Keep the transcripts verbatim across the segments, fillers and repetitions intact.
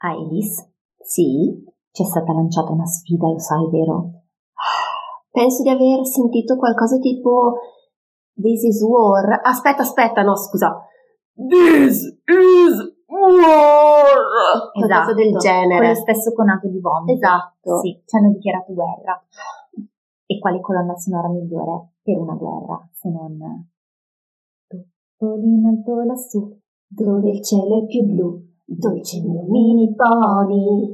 Ailis, sì, ci è stata lanciata una sfida, lo sai, vero? Penso di aver sentito qualcosa tipo This is war. Aspetta, aspetta, no, scusa. This is war. Qualcosa Esatto, del genere. Con lo stesso conato di vomito. Esatto. Sì, ci hanno dichiarato guerra. E quale colonna sonora migliore per una guerra, se non tutto in alto lassù, dove il cielo è più blu, dolce mio mini pony.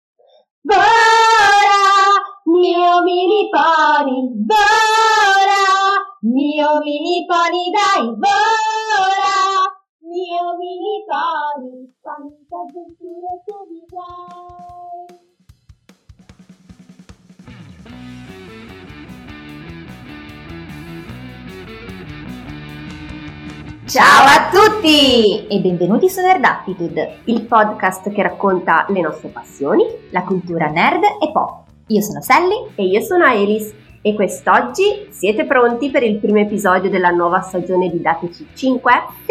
Vola, mio mini pony, vola, mio mini pony, dai, vola, mio mini pony, quanta avventura tu vivrai. Ciao a tutti e benvenuti su Nerd Attitude, il podcast che racconta le nostre passioni, la cultura nerd e pop. Io sono Sally e io sono Elis e quest'oggi siete pronti per il primo episodio della nuova stagione di Dateci cinque? Sì!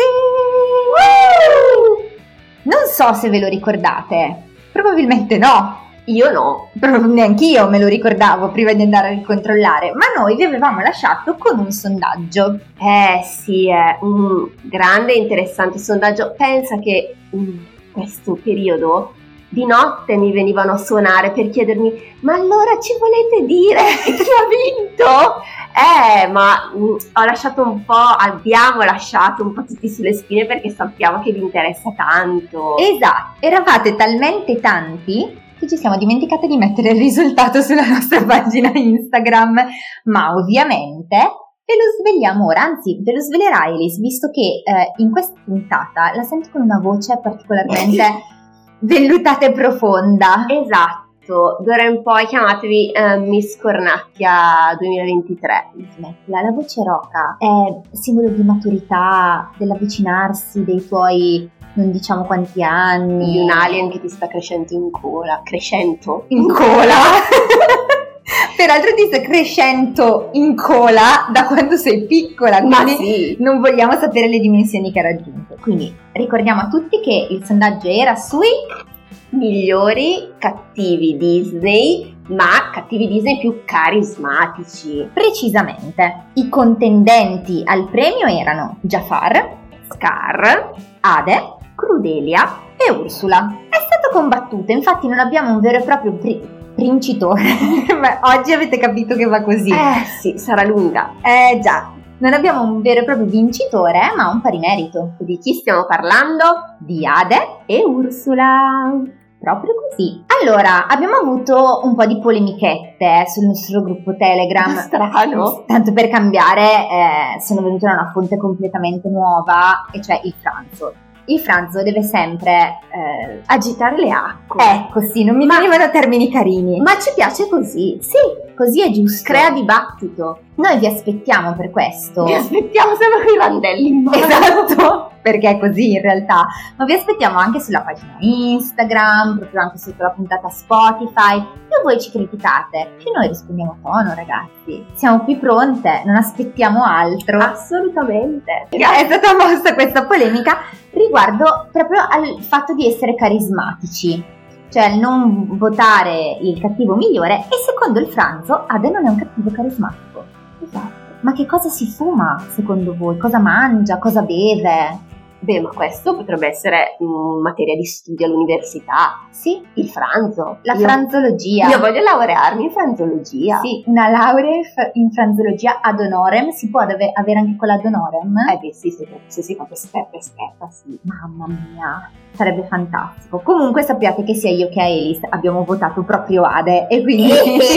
Non so se ve lo ricordate, probabilmente no. Io no, neanch'io me lo ricordavo prima di andare a ricontrollare, ma noi vi avevamo lasciato con un sondaggio. Eh sì, è un grande e interessante sondaggio. Pensa che in questo periodo di notte mi venivano a suonare per chiedermi: ma allora ci volete dire chi ha vinto? Eh, ma mh, ho lasciato un po', abbiamo lasciato un po' tutti sulle spine perché sappiamo che vi interessa tanto. Esatto, eravate talmente tanti che ci siamo dimenticate di mettere il risultato sulla nostra pagina Instagram, ma ovviamente ve lo svegliamo ora, anzi ve lo svelerà Elis, visto che eh, in questa puntata la sento con una voce particolarmente vellutata e profonda. Esatto, d'ora in poi chiamatevi uh, Miss Cornacchia duemilaventitré. Smettila, la voce roca è simbolo di maturità, dell'avvicinarsi dei tuoi non diciamo quanti anni, di un alien che ti sta crescendo in cola, crescendo in cola. Peraltro ti sta crescendo in cola da quando sei piccola, ma quindi sì, non vogliamo sapere le dimensioni che ha raggiunto. Quindi ricordiamo a tutti che il sondaggio era sui migliori cattivi Disney, ma cattivi Disney più carismatici. Precisamente, i contendenti al premio erano Jafar, Scar, Ade, Crudelia e Ursula. È stato combattuto, infatti non abbiamo un vero e proprio pri- princitore. Beh, oggi avete capito che va così. Eh sì, sarà lunga. Eh già, non abbiamo un vero e proprio vincitore, ma un pari merito. Di chi stiamo parlando? Di Ade e Ursula. Proprio così. Allora, abbiamo avuto un po' di polemichette sul nostro gruppo Telegram. Strano. Tanto per cambiare, eh, sono venuta da una fonte completamente nuova, e cioè il Franzo. Il Franzo deve sempre eh, agitare le acque. Ecco, sì, non mi ma, venivano termini carini. Ma ci piace così. Sì, così è giusto. Crea dibattito. Noi vi aspettiamo per questo. Vi aspettiamo sempre con i randelli. Esatto, perché è così in realtà. Ma vi aspettiamo anche sulla pagina Instagram, proprio anche sotto la puntata Spotify. Più voi ci criticate, più noi rispondiamo a tono, ragazzi. Siamo qui pronte, non aspettiamo altro. Assolutamente. È stata mossa questa polemica riguardo proprio al fatto di essere carismatici, cioè non votare il cattivo migliore. E secondo il Franzo, Ade non è un cattivo carismatico. Esatto. Ma che cosa si fuma secondo voi? Cosa mangia? Cosa beve? Beh, ma questo potrebbe essere mh, materia di studio all'università. Sì, il franzo. La io, franzologia. Io voglio laurearmi in franzologia. Sì, una laurea in franzologia ad honorem. Si può ave- avere anche quella ad honorem? Eh beh sì, se, se si fa esperta, esperta, sì. Mamma mia, sarebbe fantastico. Comunque sappiate che sia io che Elis abbiamo votato proprio Ade, e quindi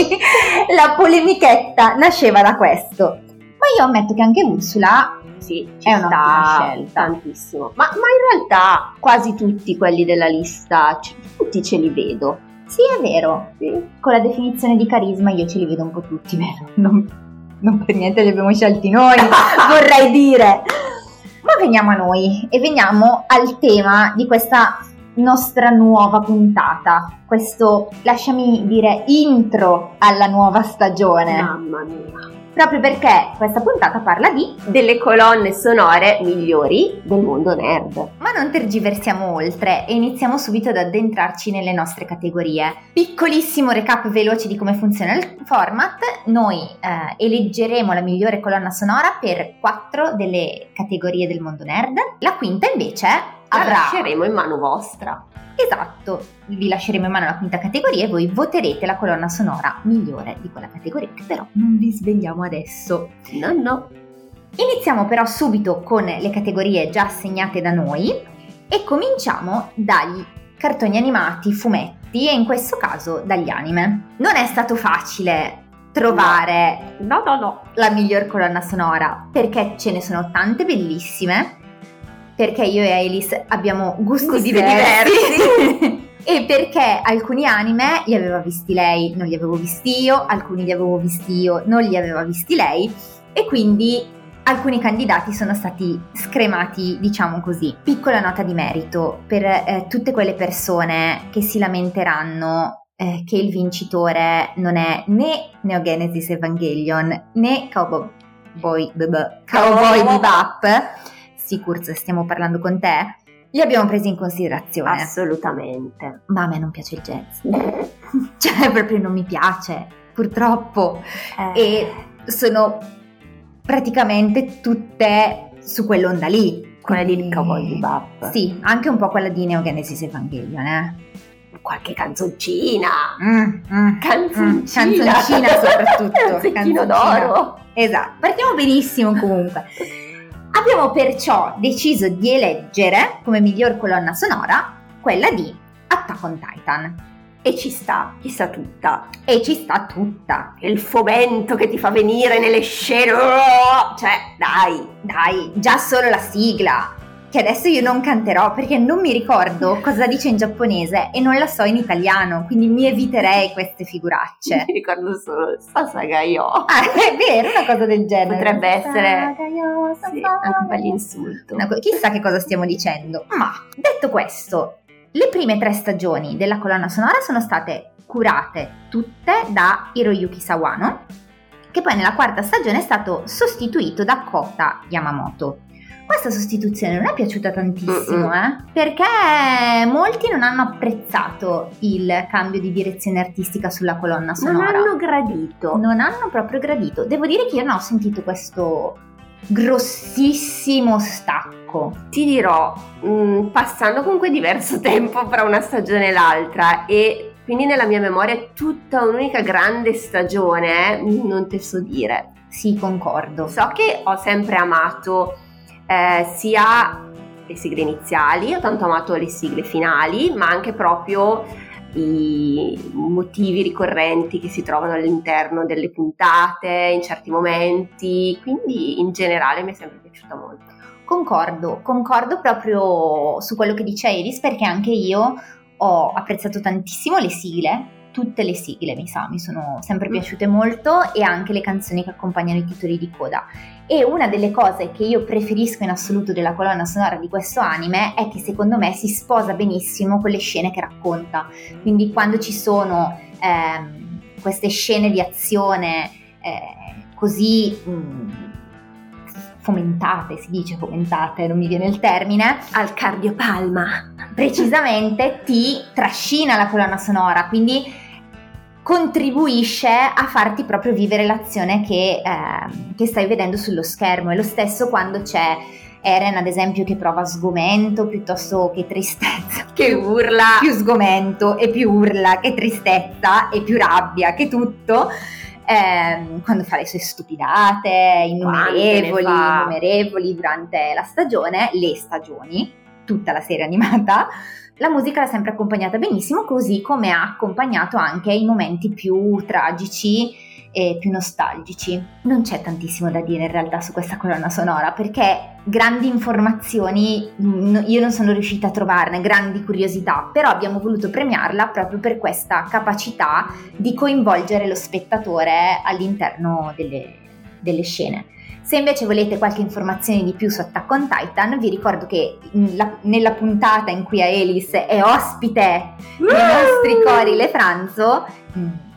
la polemichetta nasceva da questo. Ma io ammetto che anche Ursula sì, è un'ottima scelta. Tantissimo. Ma, ma in realtà quasi tutti quelli della lista, c- tutti ce li vedo. Sì, è vero. Sì. Con la definizione di carisma io ce li vedo un po' tutti, vero? Non, non per niente li abbiamo scelti noi, vorrei dire. Ma veniamo a noi e veniamo al tema di questa nostra nuova puntata. Questo, lasciami dire, intro alla nuova stagione. Mamma mia. proprio perché questa puntata parla di delle colonne sonore migliori del mondo nerd. Ma non tergiversiamo oltre e iniziamo subito ad addentrarci nelle nostre categorie. Piccolissimo recap veloce di come funziona il format: noi eh, eleggeremo la migliore colonna sonora per quattro delle categorie del mondo nerd, la quinta invece la avrà... lasceremo in mano vostra. Esatto, vi lasceremo in mano la quinta categoria e voi voterete la colonna sonora migliore di quella categoria, che però non vi svegliamo adesso. No, no. Iniziamo però subito con le categorie già assegnate da noi e cominciamo dagli cartoni animati, fumetti e in questo caso dagli anime. Non è stato facile trovare no, no, no. la miglior colonna sonora perché ce ne sono tante bellissime, perché io e Alice abbiamo gusti, gusti diversi, diversi. E perché alcuni anime li aveva visti lei, non li avevo visti io, alcuni li avevo visti io, non li aveva visti lei, e quindi alcuni candidati sono stati scremati, diciamo così. Piccola nota di merito per eh, tutte quelle persone che si lamenteranno eh, che il vincitore non è né Neo Genesis Evangelion né Cowboy, Boy, Cowboy Bebop. Sì, Kurz, stiamo parlando con te. Li abbiamo presi in considerazione. Assolutamente. Ma a me non piace il jazz. Cioè, proprio non mi piace, purtroppo. Eh. E sono praticamente tutte su quell'onda lì. Quella Quindi... di Cowboy Bebop. Sì, anche un po' quella di Neo Genesis Evangelion, eh. Qualche canzoncina. Mm, mm, canzoncina. Mm, canzoncina soprattutto. Canzoncino d'oro. Esatto, partiamo benissimo comunque. Abbiamo perciò deciso di eleggere come miglior colonna sonora quella di Attack on Titan. E ci sta, ci sta tutta. E ci sta tutta. Il fomento che ti fa venire nelle scene. Cioè, dai, dai, già solo la sigla, che adesso io non canterò perché non mi ricordo cosa dice in giapponese e non la so in italiano, quindi mi eviterei queste figuracce. Mi ricordo solo Sasagayo. Ah, è vero, una cosa del genere. Potrebbe essere Sasagayo, sì, anche un bel insulto. Una, chissà che cosa stiamo dicendo. Ma, detto questo, le prime tre stagioni della colonna sonora sono state curate tutte da Hiroyuki Sawano, che poi nella quarta stagione è stato sostituito da Kota Yamamoto. Questa sostituzione non è piaciuta tantissimo, eh? Perché molti non hanno apprezzato il cambio di direzione artistica sulla colonna sonora. Non hanno gradito. Non hanno proprio gradito. Devo dire che io non ho sentito questo grossissimo stacco. Ti dirò, mh, passando comunque diverso tempo fra una stagione e l'altra, e quindi nella mia memoria è tutta un'unica grande stagione, eh? Non te so dire. Sì, concordo. So che ho sempre amato Eh, sia le sigle iniziali, ho tanto amato le sigle finali, ma anche proprio i motivi ricorrenti che si trovano all'interno delle puntate in certi momenti, quindi in generale mi è sempre piaciuta molto. Concordo, concordo proprio su quello che dice Iris, perché anche io ho apprezzato tantissimo le sigle, tutte le sigle mi sa, mi sono sempre piaciute molto, e anche le canzoni che accompagnano i titoli di coda. E una delle cose che io preferisco in assoluto della colonna sonora di questo anime è che secondo me si sposa benissimo con le scene che racconta. Quindi quando ci sono ehm, queste scene di azione eh, così mh, fomentate, si dice fomentate, non mi viene il termine, al cardiopalma, precisamente ti trascina la colonna sonora, quindi contribuisce a farti proprio vivere l'azione che, eh, che stai vedendo sullo schermo. E lo stesso quando c'è Eren, ad esempio, che prova sgomento piuttosto che tristezza, che urla, più sgomento e più urla che tristezza e più rabbia che tutto, eh, quando fa le sue stupidate innumerevoli, innumerevoli durante la stagione, le stagioni, tutta la serie animata. La musica l'ha sempre accompagnata benissimo, così come ha accompagnato anche i momenti più tragici e più nostalgici. Non c'è tantissimo da dire in realtà su questa colonna sonora, perché grandi informazioni io non sono riuscita a trovarne, grandi curiosità, però abbiamo voluto premiarla proprio per questa capacità di coinvolgere lo spettatore all'interno delle, delle scene. Se invece volete qualche informazione di più su Attack on Titan, vi ricordo che la, nella puntata in cui Aelis è ospite nei nostri cori Le Franzo,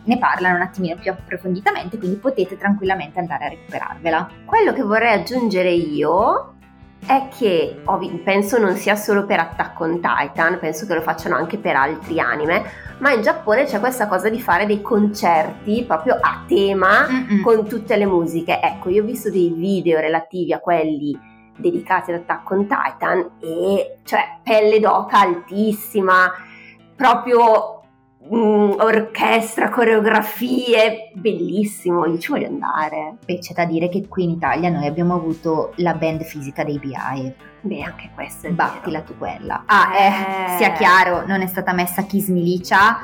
ne parlano un attimino più approfonditamente, quindi potete tranquillamente andare a recuperarvela. Quello che vorrei aggiungere io è che ovvi- penso non sia solo per Attack on Titan, penso che lo facciano anche per altri anime, ma in Giappone c'è questa cosa di fare dei concerti proprio a tema Mm-mm. con tutte le musiche. Ecco, io ho visto dei video relativi a quelli dedicati ad Attack on Titan e cioè pelle d'oca altissima, proprio mh, orchestra, coreografie, bellissimo, io ci voglio andare. Beh, c'è da dire che qui in Italia noi abbiamo avuto la band fisica dei Beehive. Beh, anche questo è Battila vero. tu quella. Ah, eh, sia chiaro, non è stata messa Kiss Me Licia,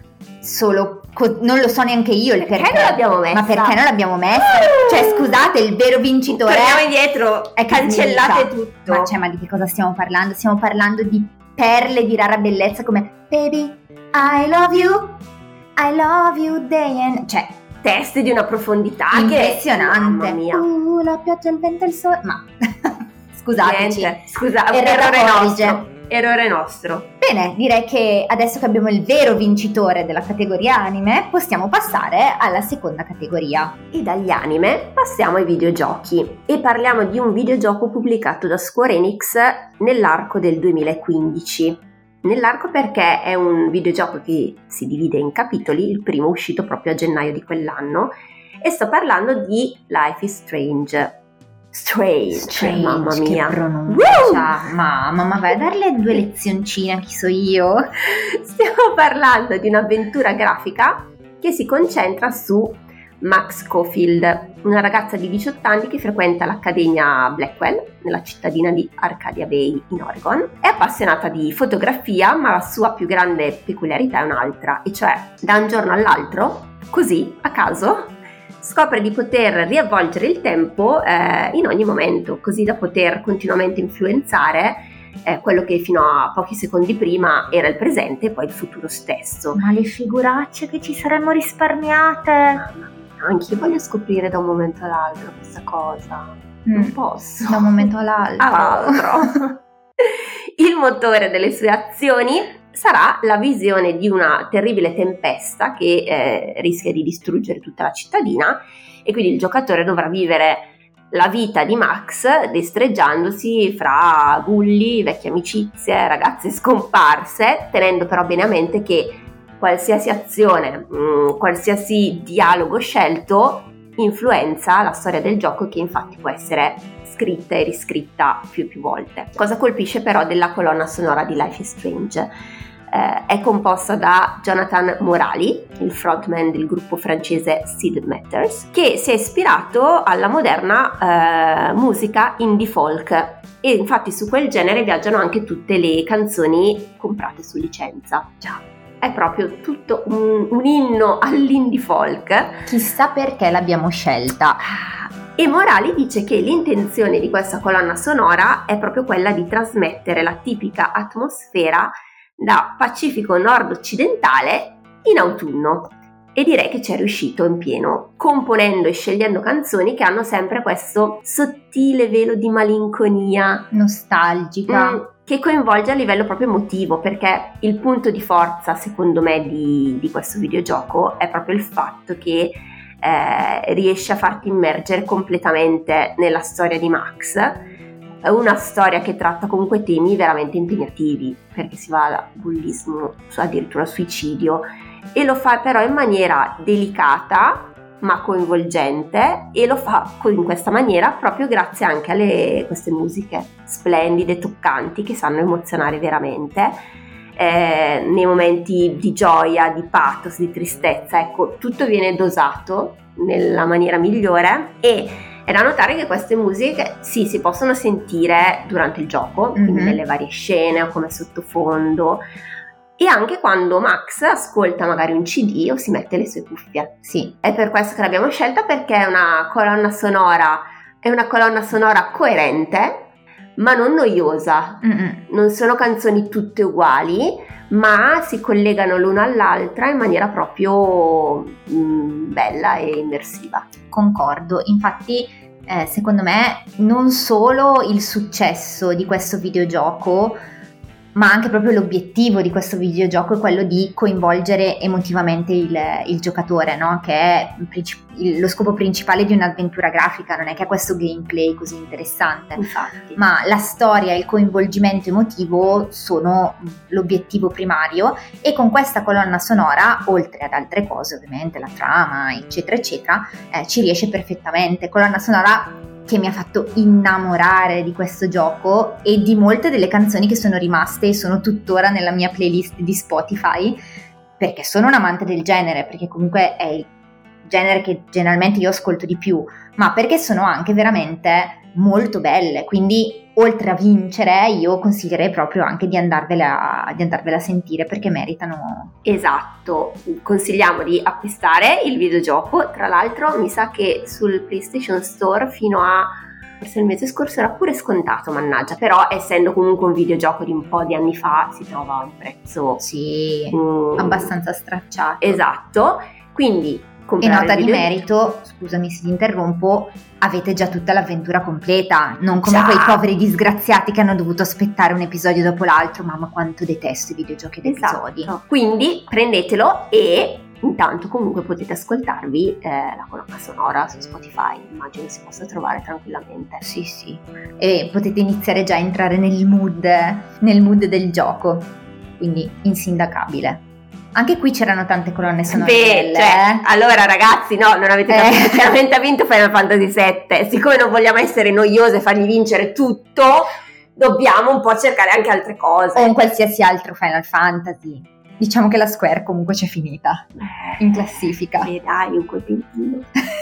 solo co- non lo so neanche io il perché. Perché non l'abbiamo messa? Ma perché non l'abbiamo messa? Uh! Cioè, scusate, il vero vincitore torniamo indietro, è cancellate tutto. Ma cioè, ma di che cosa stiamo parlando? Stiamo parlando di perle di rara bellezza come Baby, I love you, I love you day and... Cioè, testi di una profondità impressionante. Che, mamma mia. Uh, la pioggia, il vento e il sole. Ma scusateci. Niente, scusa, errore, errore nostro. nostro. Errore nostro. Bene, direi che adesso che abbiamo il vero vincitore della categoria anime, possiamo passare alla seconda categoria. E dagli anime passiamo ai videogiochi. E parliamo di un videogioco pubblicato da Square Enix nell'arco del duemilaquindici. Nell'arco perché è un videogioco che si divide in capitoli, il primo uscito proprio a gennaio di quell'anno, e sto parlando di Life is Strange. Strange, Strange, mamma mia, che pronuncia, mamma, ma vai a darle due lezioncine a chi so io. Stiamo parlando di un'avventura grafica che si concentra su Max Caulfield, una ragazza di diciotto anni che frequenta l'Accademia Blackwell nella cittadina di Arcadia Bay in Oregon. È appassionata di fotografia, ma la sua più grande peculiarità è un'altra, e cioè da un giorno all'altro, così a caso, scopre di poter riavvolgere il tempo eh, in ogni momento, così da poter continuamente influenzare eh, quello che fino a pochi secondi prima era il presente e poi il futuro stesso. Ma le figuracce che ci saremmo risparmiate! Mamma mia, anche io voglio scoprire da un momento all'altro questa cosa. Mm. Non posso. Da un momento all'altro. all'altro. Il motore delle sue azioni sarà la visione di una terribile tempesta che eh, rischia di distruggere tutta la cittadina, e quindi il giocatore dovrà vivere la vita di Max destreggiandosi fra bulli, vecchie amicizie, ragazze scomparse, tenendo però bene a mente che qualsiasi azione, mh, qualsiasi dialogo scelto influenza la storia del gioco, che infatti può essere scritta e riscritta più e più volte. Cosa colpisce però della colonna sonora di Life is Strange? Eh, è composta da Jonathan Morali, il frontman del gruppo francese Sid Matters, che si è ispirato alla moderna eh, musica indie folk, e infatti su quel genere viaggiano anche tutte le canzoni comprate su licenza. Già, è proprio tutto un, un inno all'indie folk. Chissà perché l'abbiamo scelta. E Morali dice che l'intenzione di questa colonna sonora è proprio quella di trasmettere la tipica atmosfera da Pacifico nord-occidentale in autunno, e direi che ci è riuscito in pieno, componendo e scegliendo canzoni che hanno sempre questo sottile velo di malinconia nostalgica mm, che coinvolge a livello proprio emotivo, perché il punto di forza secondo me di, di questo videogioco è proprio il fatto che eh, riesce a farti immergere completamente nella storia di Max. È una storia che tratta comunque temi veramente impegnativi, perché si va da bullismo, addirittura suicidio, e lo fa però in maniera delicata ma coinvolgente, e lo fa in questa maniera proprio grazie anche alle queste musiche splendide, toccanti, che sanno emozionare veramente eh, nei momenti di gioia, di pathos, di tristezza. Ecco, tutto viene dosato nella maniera migliore, e è da notare che queste musiche sì, si possono sentire durante il gioco, mm-hmm. quindi nelle varie scene o come sottofondo, e anche quando Max ascolta magari un C D o si mette le sue cuffie. Sì, è per questo che l'abbiamo scelta, perché è una colonna sonora, è una colonna sonora coerente, ma non noiosa. Mm-mm. Non sono canzoni tutte uguali, ma si collegano l'una all'altra in maniera proprio mh, bella e immersiva. Concordo, infatti eh, secondo me non solo il successo di questo videogioco ma anche proprio l'obiettivo di questo videogioco è quello di coinvolgere emotivamente il, il giocatore, no? Che è il, lo scopo principale di un'avventura grafica, non è che ha questo gameplay così interessante. Infatti. Ma la storia e il coinvolgimento emotivo sono l'obiettivo primario, e con questa colonna sonora, oltre ad altre cose ovviamente, la trama eccetera eccetera, eh, ci riesce perfettamente. Colonna sonora che mi ha fatto innamorare di questo gioco e di molte delle canzoni che sono rimaste e sono tuttora nella mia playlist di Spotify, perché sono un amante del genere, perché comunque è il genere che generalmente io ascolto di più, ma perché sono anche veramente molto belle. Quindi oltre a vincere io consiglierei proprio anche di andarvela, di andarvela a sentire, perché meritano. Esatto, consigliamo di acquistare il videogioco. Tra l'altro mi sa che sul PlayStation Store fino a forse il mese scorso era pure scontato, mannaggia, però essendo comunque un videogioco di un po' di anni fa si trova a un prezzo sì, mm, abbastanza stracciato. Esatto, quindi e nota di merito, scusami se ti interrompo, avete già tutta l'avventura completa, non come già. Quei poveri disgraziati che hanno dovuto aspettare un episodio dopo l'altro. Mamma quanto detesto i videogiochi ed esatto. episodi. Quindi prendetelo e intanto comunque potete ascoltarvi eh, la colonna sonora su Spotify, immagino si possa trovare tranquillamente. Sì sì, e potete iniziare già a entrare nel mood, nel mood del gioco, quindi insindacabile. Anche qui c'erano tante colonne sonore Beh, belle, cioè, eh? allora ragazzi, no, non avete capito, Eh. chiaramente ha vinto Final Fantasy sette. Siccome non vogliamo essere noiose e fargli vincere tutto, dobbiamo un po' cercare anche altre cose. O un qualsiasi altro Final Fantasy. Diciamo che la Square comunque c'è finita in classifica. Beh, dai, un colpentino.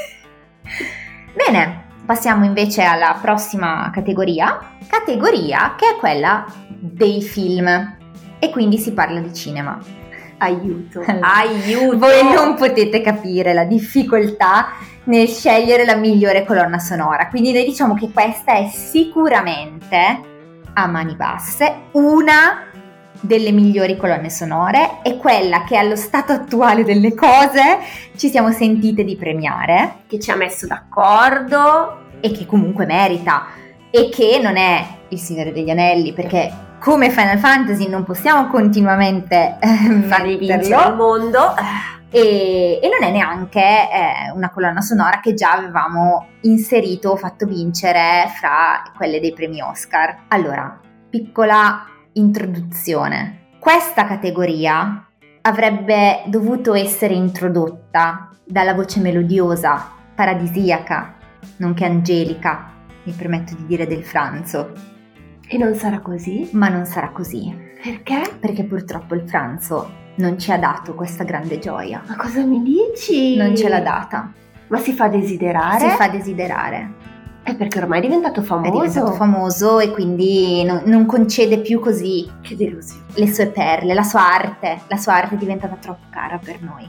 Bene, passiamo invece alla prossima categoria, categoria che è quella dei film, e quindi si parla di cinema. Aiuto, aiuto! Voi non potete capire la difficoltà nel scegliere la migliore colonna sonora, quindi noi diciamo che questa è sicuramente, a mani basse, una delle migliori colonne sonore, è quella che allo stato attuale delle cose ci siamo sentite di premiare, che ci ha messo d'accordo e che comunque merita, e che non è Il Signore degli Anelli, perché come Final Fantasy non possiamo continuamente eh, fargli vincere il mondo, e, e non è neanche eh, una colonna sonora che già avevamo inserito o fatto vincere fra quelle dei premi Oscar. Allora, piccola introduzione. Questa categoria avrebbe dovuto essere introdotta dalla voce melodiosa, paradisiaca, nonché angelica, mi permetto di dire, del Franzo. E non sarà così? Ma non sarà così. Perché? Perché purtroppo il Franzo non ci ha dato questa grande gioia. Ma cosa mi dici? Non ce l'ha data. Ma si fa desiderare? Si fa desiderare. È perché ormai è diventato famoso. È diventato famoso e quindi non, non concede più così. Che delusione. Le sue perle, la sua arte. La sua arte è diventata troppo cara per noi.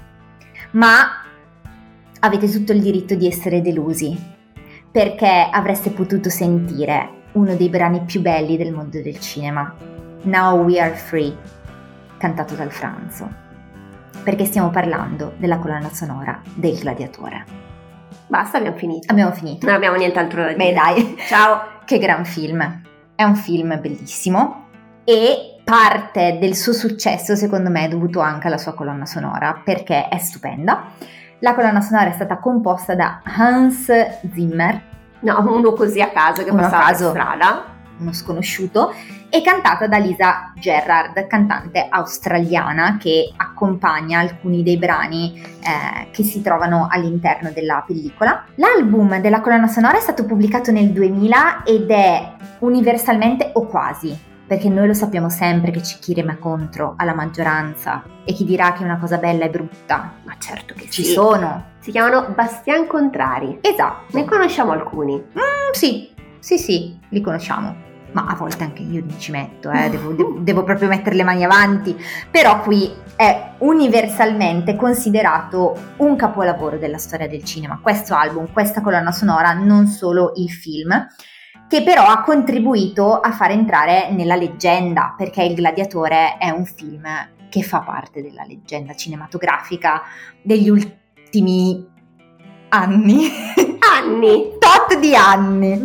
Ma avete tutto il diritto di essere delusi, perché avreste potuto sentire uno dei brani più belli del mondo del cinema, Now We Are Free, cantato dal Franzo, perché stiamo parlando della colonna sonora del Gladiatore. Basta, abbiamo finito. Abbiamo finito. Non abbiamo nient'altro da dire. Beh dai, ciao. Che gran film. È un film bellissimo e parte del suo successo secondo me è dovuto anche alla sua colonna sonora, perché è stupenda. La colonna sonora è stata composta da Hans Zimmer. No, uno così a caso che uno passava a caso, per strada. Uno sconosciuto, e cantata da Lisa Gerrard, cantante australiana che accompagna alcuni dei brani eh, che si trovano all'interno della pellicola. L'album della colonna sonora è stato pubblicato nel duemila ed è universalmente, o quasi, perché noi lo sappiamo sempre che c'è chi rema contro alla maggioranza e chi dirà che una cosa bella è brutta. Ma certo che Ci sì. sono. Si chiamano Bastian Contrari. Esatto. Ne conosciamo alcuni. Mm, sì, sì, sì, li conosciamo. Ma a volte anche io non ci metto, eh, devo, devo, devo proprio mettere le mani avanti. Però qui è universalmente considerato un capolavoro della storia del cinema. Questo album, questa colonna sonora, non solo il film, che però ha contribuito a far entrare nella leggenda, perché Il Gladiatore è un film che fa parte della leggenda cinematografica degli ultimi anni. Anni! Tot di anni!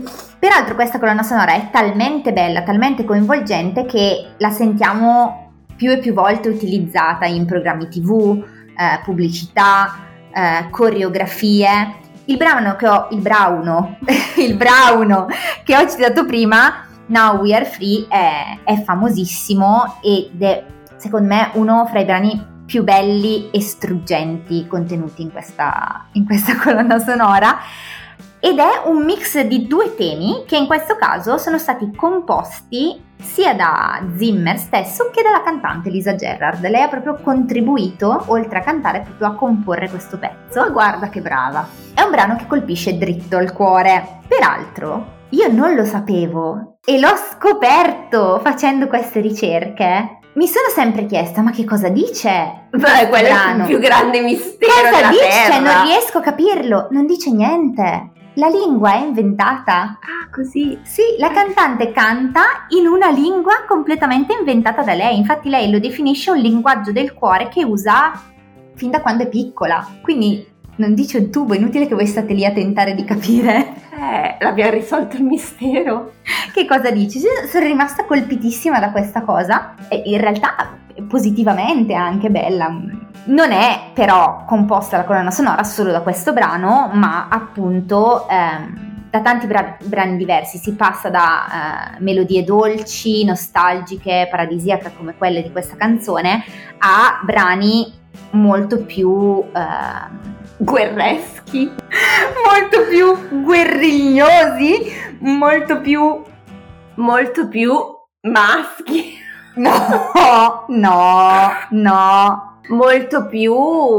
Peraltro questa colonna sonora è talmente bella, talmente coinvolgente che la sentiamo più e più volte utilizzata in programmi tivù, eh, pubblicità, eh, coreografie. Il brano che ho, il brauno, il brauno che ho citato prima, Now We Are Free, è, è famosissimo ed è secondo me uno fra i brani più belli e struggenti contenuti in questa, in questa colonna sonora, ed è un mix di due temi che in questo caso sono stati composti sia da Zimmer stesso che dalla cantante Lisa Gerrard. Lei ha proprio contribuito, oltre a cantare, proprio a comporre questo pezzo. Ma guarda che brava! È un brano che colpisce dritto al cuore. Peraltro io non lo sapevo e l'ho scoperto facendo queste ricerche. Mi sono sempre chiesta, ma che cosa dice? Beh, quello è il più grande mistero cosa della dice? terra. Non riesco a capirlo. Non dice niente. La lingua è inventata. Ah, così? Sì, la cantante canta in una lingua completamente inventata da lei. Infatti lei lo definisce un linguaggio del cuore che usa fin da quando è piccola. Quindi non dice un tubo, è inutile che voi state lì a tentare di capire. Eh, l'abbiamo risolto il mistero. Che cosa dici? Sono rimasta colpitissima da questa cosa. E in realtà positivamente anche bella. Non è però composta la colonna sonora solo da questo brano, ma appunto ehm, da tanti bra- brani diversi. Si passa da eh, melodie dolci, nostalgiche, paradisiache come quelle di questa canzone, a brani molto più eh, guerreschi, molto più guerrigliosi, molto più molto più maschi. No, no, no. Molto più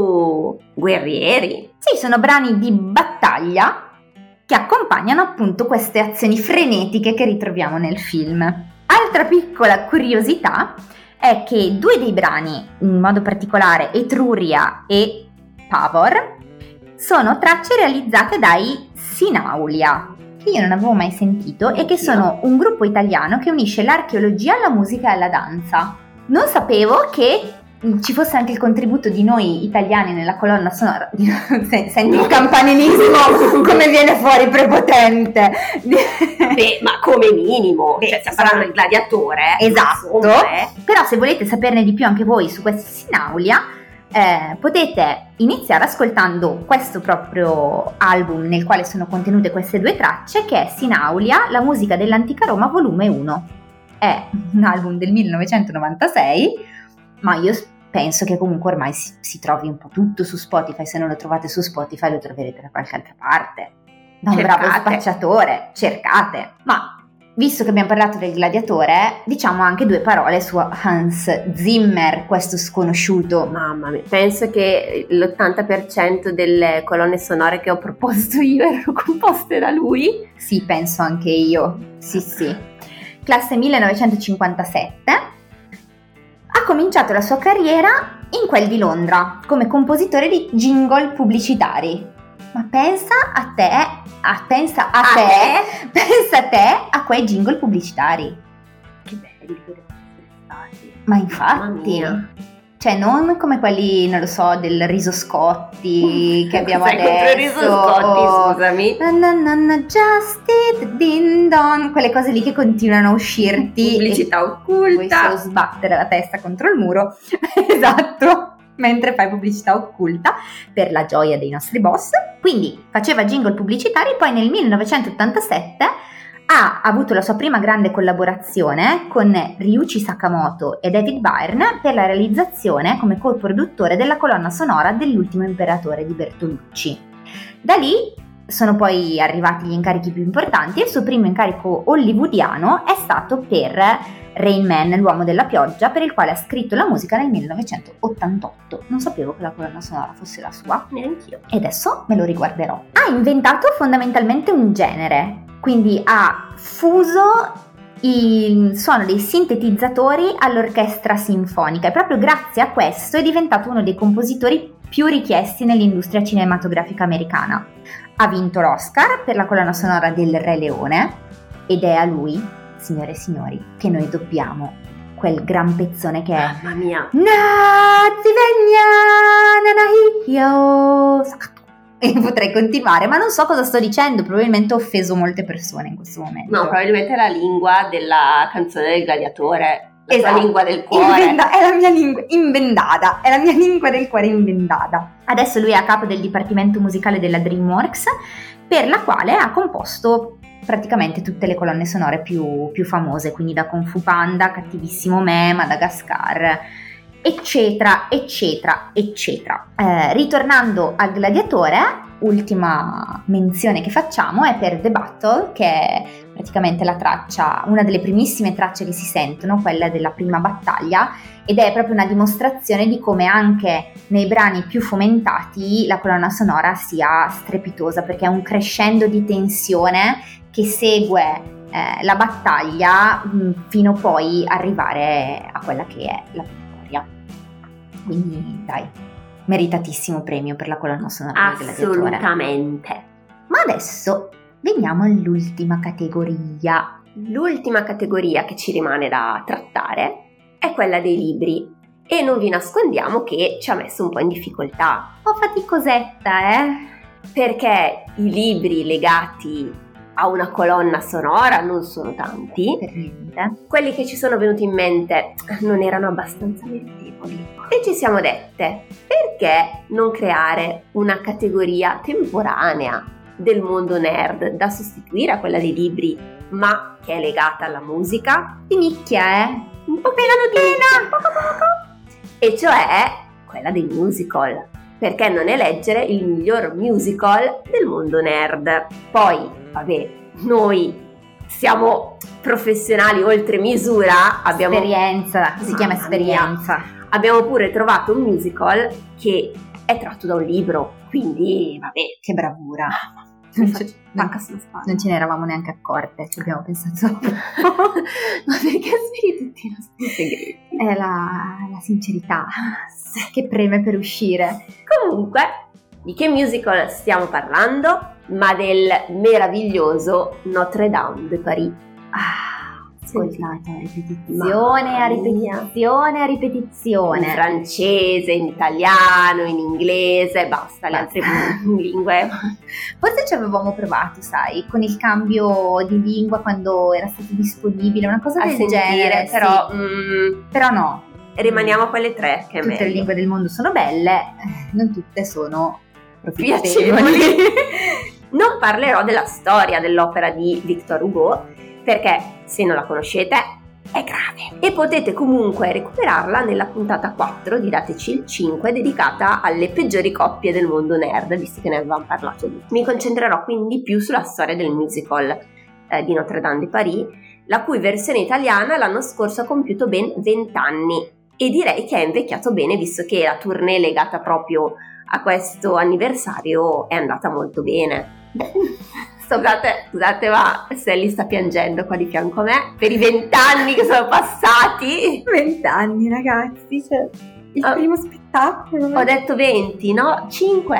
guerrieri. Sì, sono brani di battaglia che accompagnano appunto queste azioni frenetiche che ritroviamo nel film. Altra piccola curiosità è che due dei brani, in modo particolare Etruria e Pavor, sono tracce realizzate dai Sinaulia, che io non avevo mai sentito e che sono un gruppo italiano che unisce l'archeologia alla musica e alla danza. Non sapevo che ci fosse anche il contributo di noi italiani nella colonna sonora. Senti il campanilismo come viene fuori prepotente. Beh, ma come minimo. Beh, cioè, stiamo parlando del gladiatore. Esatto. Insomma, eh. Però se volete saperne di più anche voi su questi Sinaulia, eh, potete iniziare ascoltando questo proprio album nel quale sono contenute queste due tracce, che è Sinaulia, la musica dell'antica Roma volume uno. È un album del millenovecentonovantasei, ma io penso che comunque ormai si, si trovi un po' tutto su Spotify. Se non lo trovate su Spotify lo troverete da qualche altra parte, da un Cercate. bravo spacciatore, cercate. Ma visto che abbiamo parlato del gladiatore, diciamo anche due parole su Hans Zimmer, questo sconosciuto. Mamma mia, penso che l'ottanta per cento delle colonne sonore che ho proposto io erano composte da lui. Sì, penso anche io, sì sì. Classe millenovecentocinquantasette. Ha cominciato la sua carriera in quel di Londra come compositore di jingle pubblicitari. Ma pensa a te, a, pensa a, A te, te? pensa a te a quei jingle pubblicitari. Che belli che devono essere stati. Ma Mamma infatti, mia. cioè non come quelli, non lo so, del Riso Scotti che abbiamo Sai, adesso. contro il Riso Scotti, o- scusami. Na na na na, just it, din don, quelle cose lì che continuano a uscirti. Pubblicità e Vuoi occulta. solo sbattere la testa contro il muro. Esatto, mentre fai pubblicità occulta per la gioia dei nostri boss. Quindi faceva jingle pubblicitari, poi nel millenovecentottantasette ha avuto la sua prima grande collaborazione con Ryuichi Sakamoto e David Byrne per la realizzazione come co-produttore della colonna sonora dell'Ultimo Imperatore di Bertolucci. Da lì sono poi arrivati gli incarichi più importanti e il suo primo incarico hollywoodiano è stato per Rain Man, l'uomo della pioggia, per il quale ha scritto la musica nel millenovecentottantotto. Non sapevo che la colonna sonora fosse la sua. Neanch'io. E adesso me lo riguarderò. Ha inventato fondamentalmente un genere, quindi ha fuso il suono dei sintetizzatori all'orchestra sinfonica e proprio grazie a questo è diventato uno dei compositori più richiesti nell'industria cinematografica americana. Ha vinto l'Oscar per la colonna sonora del Re Leone ed è a lui, signore e signori, che noi dobbiamo quel gran pezzone che è Mamma mia. Nazivegna Nanahio. e potrei continuare, ma non so cosa sto dicendo, probabilmente ho offeso molte persone in questo momento. No, probabilmente è la lingua della canzone del gladiatore, la esatto. tua lingua del cuore. Invenda- è la mia lingua invendata, è la mia lingua del cuore invendata. Adesso lui è a capo del dipartimento musicale della DreamWorks, per la quale ha composto praticamente tutte le colonne sonore più, più famose, quindi da Kung Fu Panda, Cattivissimo Me, Madagascar, eccetera, eccetera, eccetera. Eh, ritornando al gladiatore, ultima menzione che facciamo è per The Battle, che è praticamente la traccia, una delle primissime tracce che si sentono, quella della prima battaglia, ed è proprio una dimostrazione di come anche nei brani più fomentati la colonna sonora sia strepitosa, perché è un crescendo di tensione che segue eh, la battaglia mh, fino poi arrivare a quella che è la vittoria. Quindi dai, meritatissimo premio per la colonna sonora del gladiatore. Assolutamente. Ma adesso veniamo all'ultima categoria. L'ultima categoria che ci rimane da trattare è quella dei libri, e non vi nascondiamo che ci ha messo un po' in difficoltà. Un po' faticosetta, eh? Perché i libri legati a una colonna sonora non sono tanti. Per niente. Quelli che ci sono venuti in mente non erano abbastanza meritevoli. E ci siamo dette, perché non creare una categoria temporanea del mondo nerd da sostituire a quella dei libri, ma che è legata alla musica? Di nicchia, eh? Un po' piano poco poco. E cioè quella dei musical. Perché non eleggere il miglior musical del mondo nerd? Poi, vabbè, noi siamo professionali oltre misura, abbiamo esperienza, si chiama Mamma esperienza. mia. Abbiamo pure trovato un musical che è tratto da un libro, quindi vabbè, Che bravura. mi Non, faccio- ce, manca sulla spalla. non ce ne eravamo neanche accorte, ci abbiamo pensato. Ma perché sveli tutti i nostri segreti? È la, la sincerità che preme per uscire. Comunque, di che musical stiamo parlando? Ma del meraviglioso Notre Dame de Paris. Ah, ascoltato a ripetizione, Mamma a ripetizione, a In ripetizione. francese, in italiano, in inglese, basta, le altre lingue. Forse ci avevamo provato, sai, con il cambio di lingua quando era stato disponibile, una cosa A del sentire, genere, però sì. mm, Però no, rimaniamo a quelle tre che è tutte le meglio. lingue del mondo sono belle, eh, non tutte sono Piacevoli. profittevoli. Non parlerò della storia dell'opera di Victor Hugo, perché se non la conoscete è grave. E potete comunque recuperarla nella puntata quattro di Dateci il cinque, dedicata alle peggiori coppie del mondo nerd, visto che ne avevamo parlato lì. Mi concentrerò quindi più sulla storia del musical eh, di Notre Dame de Paris, la cui versione italiana l'anno scorso ha compiuto ben vent'anni, e direi che è invecchiato bene, visto che la tournée legata proprio a questo anniversario è andata molto bene. Scusate, scusate, ma Sally sta piangendo qua di fianco a me per i vent'anni che sono passati. Vent'anni, ragazzi, cioè, il Oh. primo spettacolo. Ho detto venti, no? cinque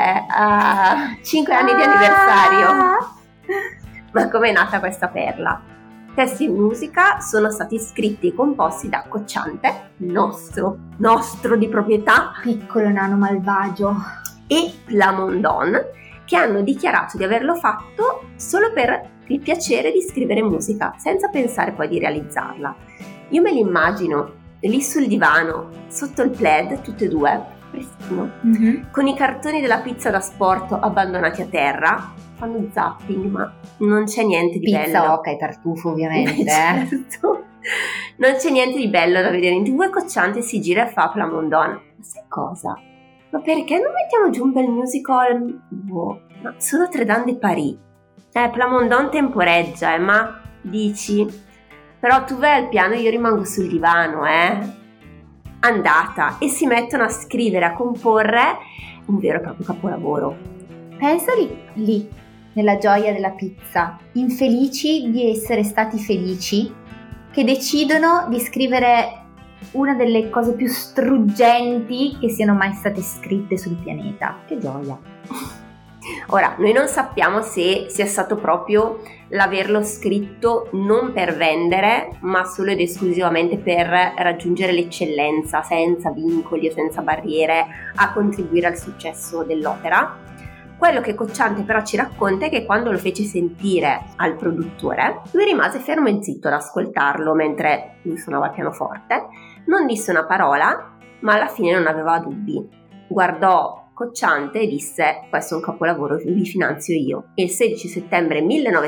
anni di anniversario. Ma com'è nata questa perla? Testi e musica sono stati scritti e composti da Cocciante, nostro, nostro di proprietà, Piccolo nano malvagio. e Plamondon, che hanno dichiarato di averlo fatto solo per il piacere di scrivere musica, senza pensare poi di realizzarla. Io me li immagino lì sul divano, sotto il plaid, tutte e due, prestino, Mm-hmm. con i cartoni della pizza da sport abbandonati a terra, fanno zapping, ma non c'è niente di bello. Pizza, oca e tartufo, ovviamente. eh. Certo. Non c'è niente di bello da vedere in tv, e Cocciante si gira e fa Plamondon. Ma sai cosa? Ma perché non mettiamo giù un bel musical? Boh, ma sono Notre Dame de Paris. Eh, Plamondon temporeggia, eh, ma dici? Però tu vai al piano e io rimango sul divano, eh? Andata. E si mettono a scrivere, a comporre un vero e proprio capolavoro. Pensa lì, lì, nella gioia della pizza, infelici di essere stati felici, che decidono di scrivere una delle cose più struggenti che siano mai state scritte sul pianeta. Che gioia! Ora, noi non sappiamo se sia stato proprio l'averlo scritto non per vendere, ma solo ed esclusivamente per raggiungere l'eccellenza, senza vincoli o senza barriere, a contribuire al successo dell'opera. Quello che Cocciante però ci racconta è che quando lo fece sentire al produttore, lui rimase fermo e zitto ad ascoltarlo mentre lui suonava il pianoforte, non disse una parola, ma alla fine non aveva dubbi. Guardò Cocciante e disse: questo è un capolavoro, vi finanzio io. E il sedici settembre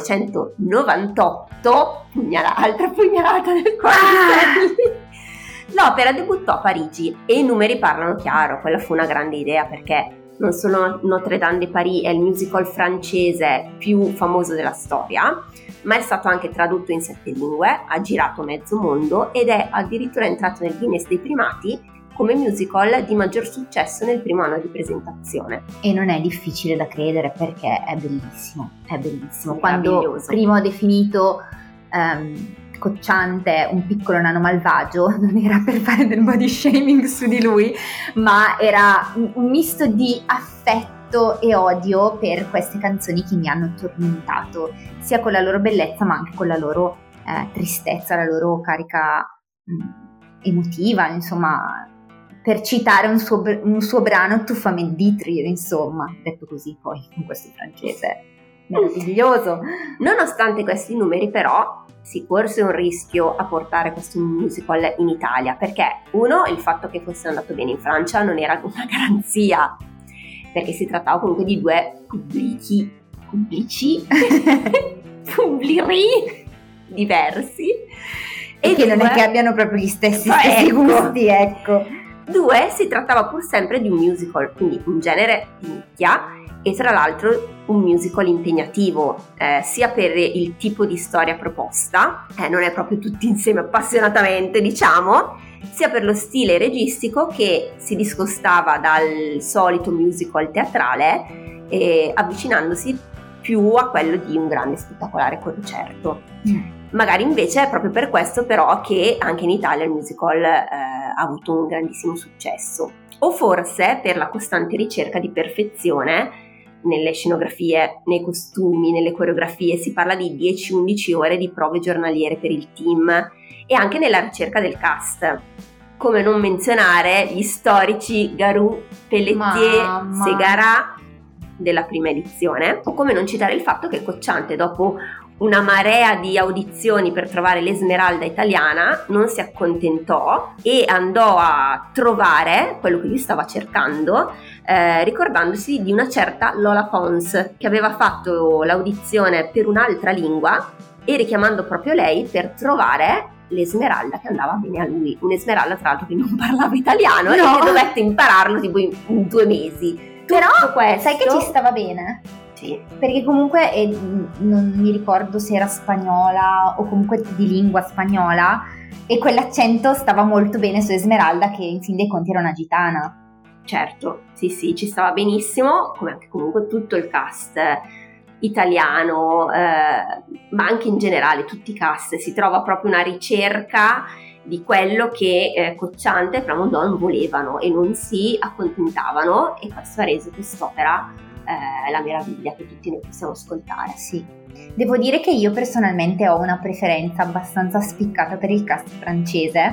millenovecentonovantotto, pugnala, altra pugnalata nel cuore, l'opera debuttò a Parigi e i numeri parlano chiaro. Quella fu una grande idea, perché non solo Notre Dame de Paris è il musical francese più famoso della storia, ma è stato anche tradotto in sette lingue, ha girato mezzo mondo ed è addirittura entrato nel Guinness dei primati come musical di maggior successo nel primo anno di presentazione. E non è difficile da credere, perché è bellissimo, è bellissimo. Quando Meraviglioso. prima ho definito um, Cocciante un piccolo nano malvagio, non era per fare del body shaming su di lui, ma era un misto di affetto e odio per queste canzoni che mi hanno tormentato, sia con la loro bellezza ma anche con la loro eh, tristezza, la loro carica mh, emotiva, insomma. Per citare un suo, un suo brano, Tu fame d'itrir, insomma, detto così poi con questo francese meraviglioso. Nonostante questi numeri però si corse un rischio a portare questo musical in Italia, perché uno, il fatto che fosse andato bene in Francia non era una garanzia, perché si trattava comunque di due pubblici pubblici pubbleri diversi e, e che due, non è che abbiano proprio gli stessi, oh, stessi ecco. gusti, ecco. Due, si trattava pur sempre di un musical, quindi un genere di nicchia, e tra l'altro un musical impegnativo, eh, sia per il tipo di storia proposta, eh, non è proprio tutti insieme appassionatamente, diciamo, sia per lo stile registico che si discostava dal solito musical teatrale, eh, avvicinandosi più a quello di un grande spettacolare concerto. Mm. Magari invece è proprio per questo però che anche in Italia il musical eh, ha avuto un grandissimo successo, o forse per la costante ricerca di perfezione nelle scenografie, nei costumi, nelle coreografie. Si parla di dieci undici ore di prove giornaliere per il team, e anche nella ricerca del cast. Come non menzionare gli storici Garou, Pelletier, Mamma. Segarà della prima edizione, o come non citare il fatto che Cocciante, dopo una marea di audizioni per trovare l'Esmeralda italiana, non si accontentò e andò a trovare quello che lui stava cercando, eh, ricordandosi di una certa Lola Pons, che aveva fatto l'audizione per un'altra lingua, e richiamando proprio lei per trovare l'Esmeralda che andava bene a lui. Un'Esmeralda tra l'altro che non parlava italiano, no, e che dovette impararlo tipo in, in due mesi. Però questo, sai che ci stava bene? Sì. Perché comunque eh, non mi ricordo se era spagnola o comunque di lingua spagnola, e quell'accento stava molto bene su Esmeralda, che in fin dei conti era una gitana. Certo, sì sì, ci stava benissimo, come anche comunque tutto il cast italiano, eh, ma anche in generale tutti i cast. Si trova proprio una ricerca di quello che eh, Cocciante e Plamondon volevano e non si accontentavano, e questo ha reso quest'opera Eh, la meraviglia che tutti noi possiamo ascoltare. Sì, devo dire che io personalmente ho una preferenza abbastanza spiccata per il cast francese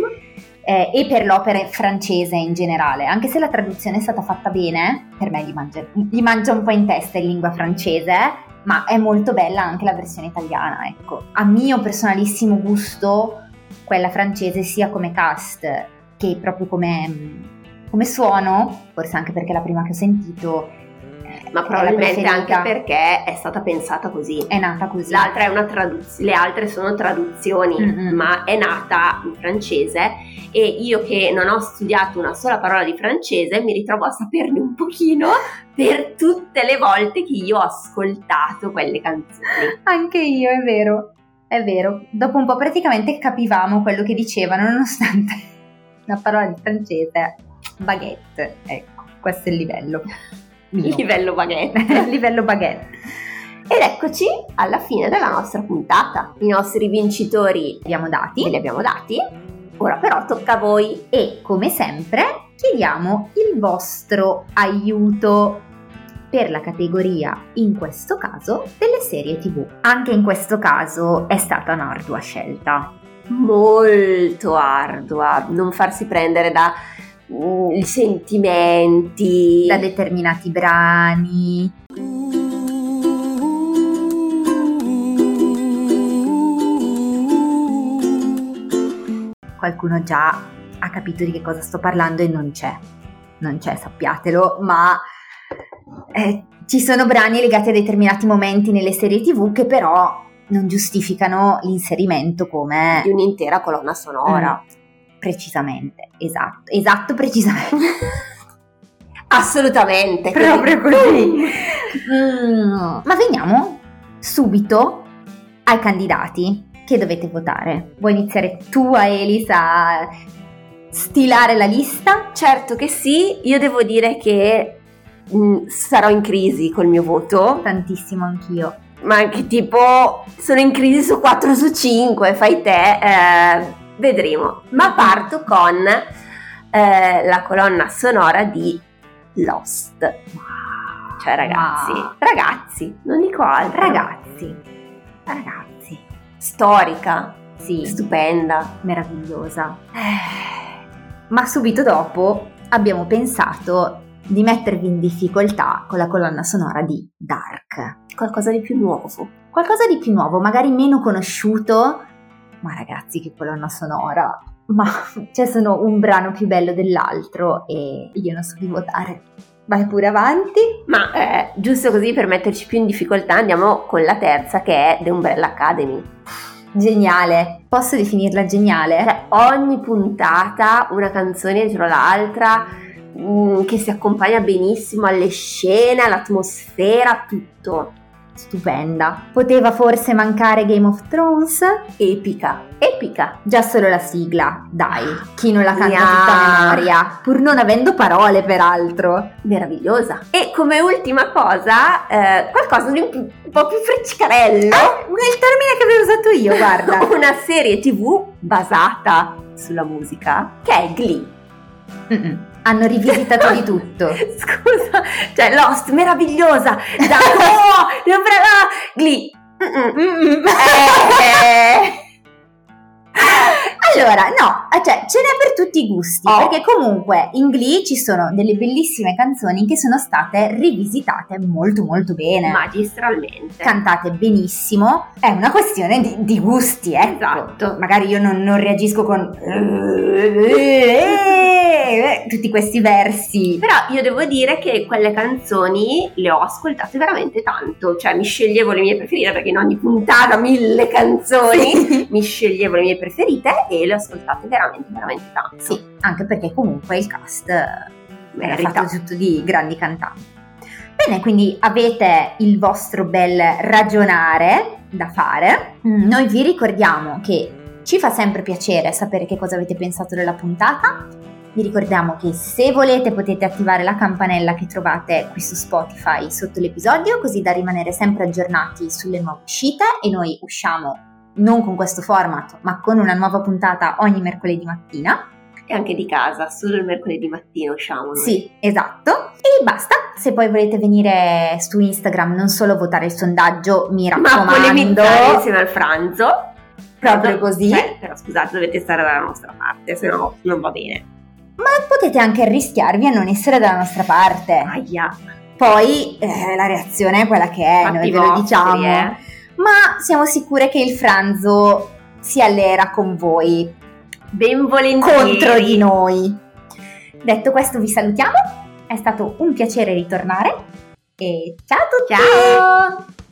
eh, e per l'opera francese in generale, anche se la traduzione è stata fatta bene. Per me gli mangia, gli mangia un po' in testa in lingua francese, ma è molto bella anche la versione italiana, ecco. A mio personalissimo gusto quella francese, sia come cast che proprio come, come suono, forse anche perché è la prima che ho sentito, ma probabilmente anche perché è stata pensata così, è nata così. L'altra è una traduzione, le altre sono traduzioni, mm-hmm. ma è nata in francese, e io che non ho studiato una sola parola di francese mi ritrovo a saperne un pochino per tutte le volte che io ho ascoltato quelle canzoni. Anche io, è vero, è vero. Dopo un po' praticamente capivamo quello che dicevano, nonostante una parola di francese, baguette, ecco, questo è il livello. Il livello baguette. Il livello baguette. Ed eccoci alla fine della nostra puntata. I nostri vincitori li abbiamo dati, li abbiamo dati. Ora però tocca a voi, e come sempre chiediamo il vostro aiuto per la categoria, in questo caso, delle serie tivù. Anche in questo caso è stata un'ardua scelta. Molto ardua. Non farsi prendere da mm, i sentimenti da determinati brani. Qualcuno già ha capito di che cosa sto parlando e non c'è, non c'è, sappiatelo, ma eh, ci sono brani legati a determinati momenti nelle serie tivù che però non giustificano l'inserimento come di un'intera colonna sonora. Mm, precisamente, esatto, esatto, precisamente. Assolutamente. Proprio così. mm, ma veniamo subito ai candidati che dovete votare. Vuoi iniziare tu, Aelis, a stilare la lista? Certo che sì, io devo dire che mh, sarò in crisi col mio voto. Tantissimo anch'io. Ma anche tipo sono in crisi su quattro su cinque, fai te, eh, vedremo. Ma parto con eh, la colonna sonora di Lost. Cioè ragazzi, wow. ragazzi, non dico altro. Ragazzi, ragazzi. Storica, sì, stupenda, meravigliosa. Eh, ma subito dopo abbiamo pensato di mettervi in difficoltà con la colonna sonora di Dark. Qualcosa di più nuovo. Qualcosa di più nuovo, magari meno conosciuto, ma ragazzi che colonna sonora. Ma cioè sono un brano più bello dell'altro e io non so chi votare. Vai pure avanti. Ma eh, giusto così per metterci più in difficoltà andiamo con la terza, che è The Umbrella Academy. Geniale, posso definirla geniale? Cioè, ogni puntata una canzone dietro l'altra mh, che si accompagna benissimo alle scene, all'atmosfera, tutto. Stupenda. Poteva forse mancare Game of Thrones? Epica, epica. Già solo la sigla, dai, chi non la canta Yeah. tutta a memoria, pur non avendo parole peraltro. Meravigliosa. E come ultima cosa, eh, qualcosa di un, p- un po' più freccicarello. Eh, il termine che avevo usato io, guarda. Una serie tivù basata sulla musica, che è Glee. Mm-mm. Hanno rivisitato di tutto. Scusa, cioè Lost, meravigliosa. Da oh, Glee. Mm-mm. Mm-mm. Eh. Allora, no, cioè ce n'è per tutti i gusti, Oh. perché comunque in Glee ci sono delle bellissime canzoni che sono state rivisitate molto molto bene. Magistralmente. Cantate benissimo, è una questione di, di gusti, ecco. Esatto. Magari io non, non reagisco con tutti questi versi. Però io devo dire che quelle canzoni le ho ascoltate veramente tanto, cioè mi sceglievo le mie preferite, perché in ogni puntata mille canzoni, mi sceglievo le mie preferite e le ho ascoltate veramente veramente tanto. Sì, anche perché comunque il cast era Merita. fatto tutto di grandi cantanti. Bene, quindi avete il vostro bel ragionare da fare. Noi vi ricordiamo che ci fa sempre piacere sapere che cosa avete pensato della puntata. Vi ricordiamo che se volete potete attivare la campanella che trovate qui su Spotify sotto l'episodio, così da rimanere sempre aggiornati sulle nuove uscite, e noi usciamo non con questo format ma con una nuova puntata ogni mercoledì mattina. E anche di casa, solo il mercoledì mattina usciamo noi. Sì, esatto. E basta. Se poi volete venire su Instagram, non solo votare il sondaggio, mi raccomando, ma polemizzare insieme al Franzo. proprio così. Cioè, però scusate, dovete stare dalla nostra parte, se no non va bene. Ma potete anche arrischiarvi a non essere dalla nostra parte. Aia. Poi eh, la reazione è quella che è, Fatti noi ve lo vostri, diciamo. eh. Ma siamo sicure che il Franzo si allera con voi, Ben volentieri. contro di noi. Detto questo vi salutiamo, è stato un piacere ritornare e ciao a tutti! Ciao.